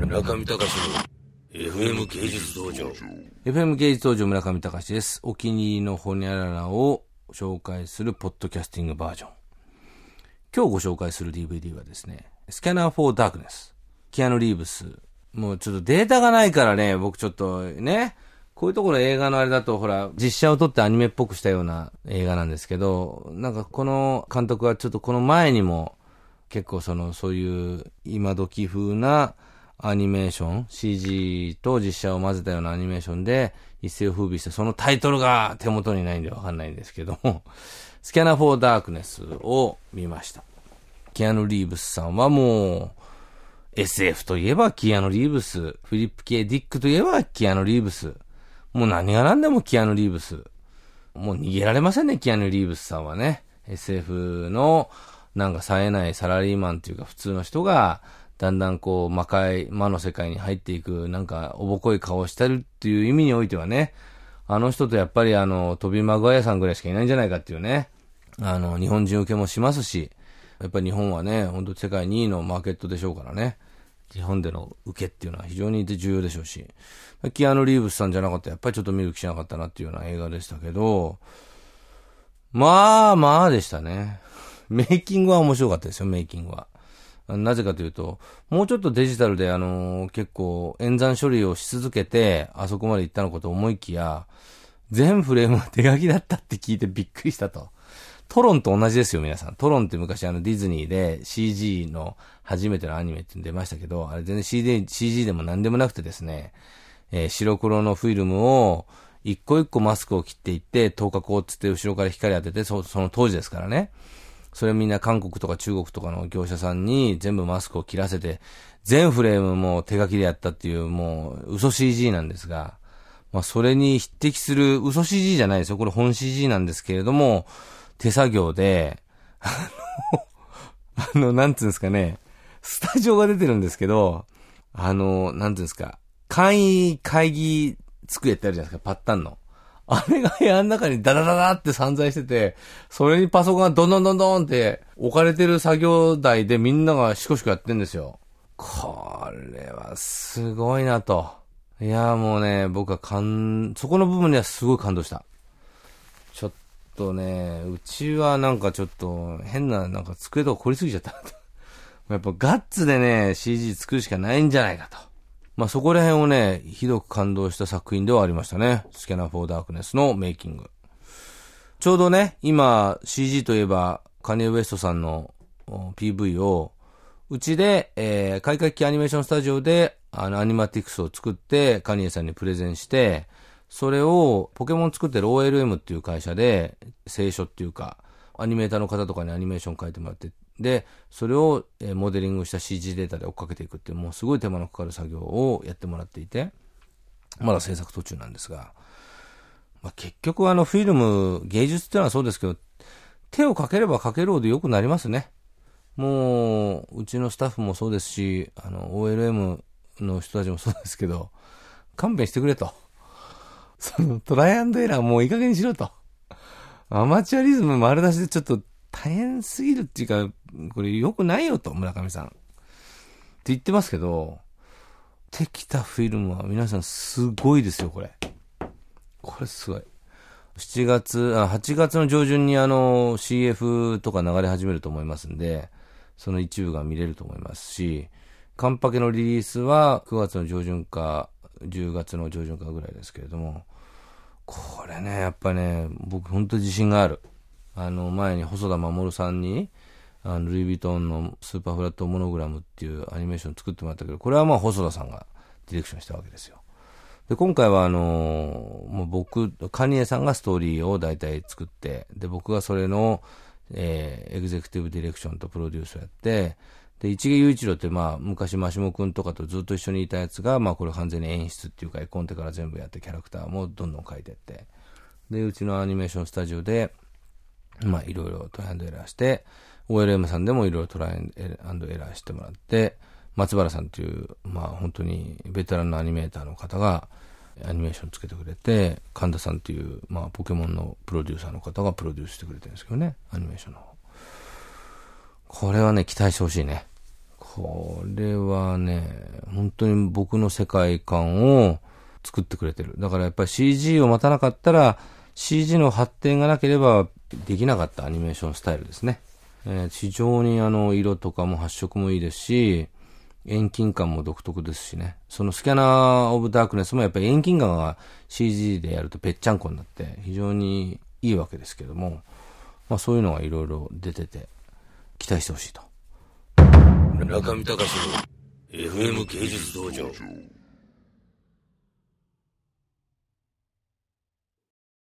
村上隆の FM 芸術道場。 FM 芸術道場村上隆です。お気に入りのホニャララを紹介するポッドキャスティングバージョン。今日ご紹介する DVD はですね、スキャナー・フォー・ダークネス。キアヌ・リーブス。もうちょっとデータがないからね、僕ちょっとね、こういうところ映画のあれだとほら、実写を撮ってアニメっぽくしたような映画なんですけど、なんかこの監督はちょっとこの前にも結構そういう今時風なアニメーション、CG と実写を混ぜたようなアニメーションで一世を風靡して、そのタイトルが手元にないんでわかんないんですけども、スキャナー・フォー・ダークネスを見ました。キアヌ・リーブスさんはもう、SF といえばキアヌ・リーブス、フィリップ・K・ディックといえばキアヌ・リーブス、もう何が何でもキアヌ・リーブス。もう逃げられませんね、キアヌ・リーブスさんはね。SF のなんか冴えないサラリーマンというか普通の人が、だんだんこう魔の世界に入っていく、なんかおぼこい顔をしてるっていう意味においてはね、あの人とやっぱりトビー・マグワイアさんぐらいしかいないんじゃないかっていうね、日本人受けもしますし、やっぱり日本はね、本当世界2位のマーケットでしょうからね。日本での受けっていうのは非常に重要でしょうし、キアヌ・リーブスさんじゃなかったらやっぱりちょっと見る気しなかったなっていうような映画でしたけど、まあでしたね。メイキングは面白かったですよ、メイキングは。なぜかというと、もうちょっとデジタルで結構演算処理をし続けて、あそこまで行ったのかと思いきや、全フレームが手書きだったって聞いてびっくりしたと。トロンと同じですよ、皆さん。トロンって昔ディズニーで CG の初めてのアニメって出ましたけど、あれ全然 CG でも何でもなくてですね、白黒のフィルムを一個一個マスクを切っていって、透過光つって後ろから光当てて、その当時ですからね。それみんな韓国とか中国とかの業者さんに全部マスクを切らせて、全フレームも手書きでやったっていう、もう嘘 CG なんですが、まあそれに匹敵する嘘 CG じゃないですよ。これ本 CG なんですけれども、手作業で、なんつうんですかね、スタジオが出てるんですけど、なんつうんですか、簡易会議机ってあるじゃないですか、パッタンの。あれが部屋の中にダダダダって散在してて、それにパソコンがドンドンドンドンって置かれてる作業台でみんながシコシコやってんですよ。これはすごいなと。いやもうね、僕はそこの部分にはすごい感動した。ちょっとね、うちはなんかちょっと変ななんか机とか凝りすぎちゃったなと。やっぱガッツでね、CG 作るしかないんじゃないかと。まあ、そこら辺をね、ひどく感動した作品ではありましたね。スキャナー・フォー・ダークネスのメイキング。ちょうどね、今 CG といえばカニエ・ウエストさんの PV をうちで、開会期アニメーションスタジオでアニマティクスを作ってカニエさんにプレゼンして、それをポケモン作ってる OLM っていう会社で清書っていうかアニメーターの方とかにアニメーション書いてもらって、で、それをモデリングした CG データで追っかけていくっていう、もうすごい手間のかかる作業をやってもらっていて、まだ制作途中なんですが、まあ、結局フィルム、芸術っていうのはそうですけど、手をかければかけるほど良くなりますね。もう、うちのスタッフもそうですし、OLM の人たちもそうですけど、勘弁してくれと。トライアンドエラーもういい加減にしろと。アマチュアリズム丸出しでちょっと、大変すぎるっていうか、これ良くないよと、村上さん。って言ってますけど、できたフィルムは皆さんすごいですよ、これ。これすごい。8月の上旬にCF とか流れ始めると思いますんで、その一部が見れると思いますし、カンパケのリリースは9月の上旬か、10月の上旬かぐらいですけれども、これね、やっぱね、僕本当に自信がある。前に細田守さんに、ルイ・ヴィトンのスーパーフラットモノグラムっていうアニメーション作ってもらったけど、これはまあ細田さんがディレクションしたわけですよ。で、今回はもう僕、カニエさんがストーリーを大体作って、で、僕がそれの、エグゼクティブディレクションとプロデュースをやって、で、市毛雄一郎ってまあ、昔マシモくんとかとずっと一緒にいたやつが、まあこれ完全に演出っていうか、絵コンテから全部やってキャラクターもどんどん描いていって、で、うちのアニメーションスタジオで、まあいろいろトライアンドエラーして、OLM さんでもいろいろトライアンドエラーしてもらって、松原さんという、まあ本当にベテランのアニメーターの方がアニメーションつけてくれて、神田さんという、まあポケモンのプロデューサーの方がプロデュースしてくれてるんですけどね、アニメーションの方。これはね、期待してほしいね。これはね、 本当に僕の世界観を作ってくれてる。だからやっぱり CG を待たなかったら、CG の発展がなければできなかったアニメーションスタイルですね。非常に色とかも発色もいいですし、遠近感も独特ですしね。そのスキャナーオブダークネスもやっぱり遠近感が CG でやるとぺっちゃんこになって非常にいいわけですけども、まあそういうのがいろいろ出てて期待してほしいと。 中見隆の FM 芸術道場。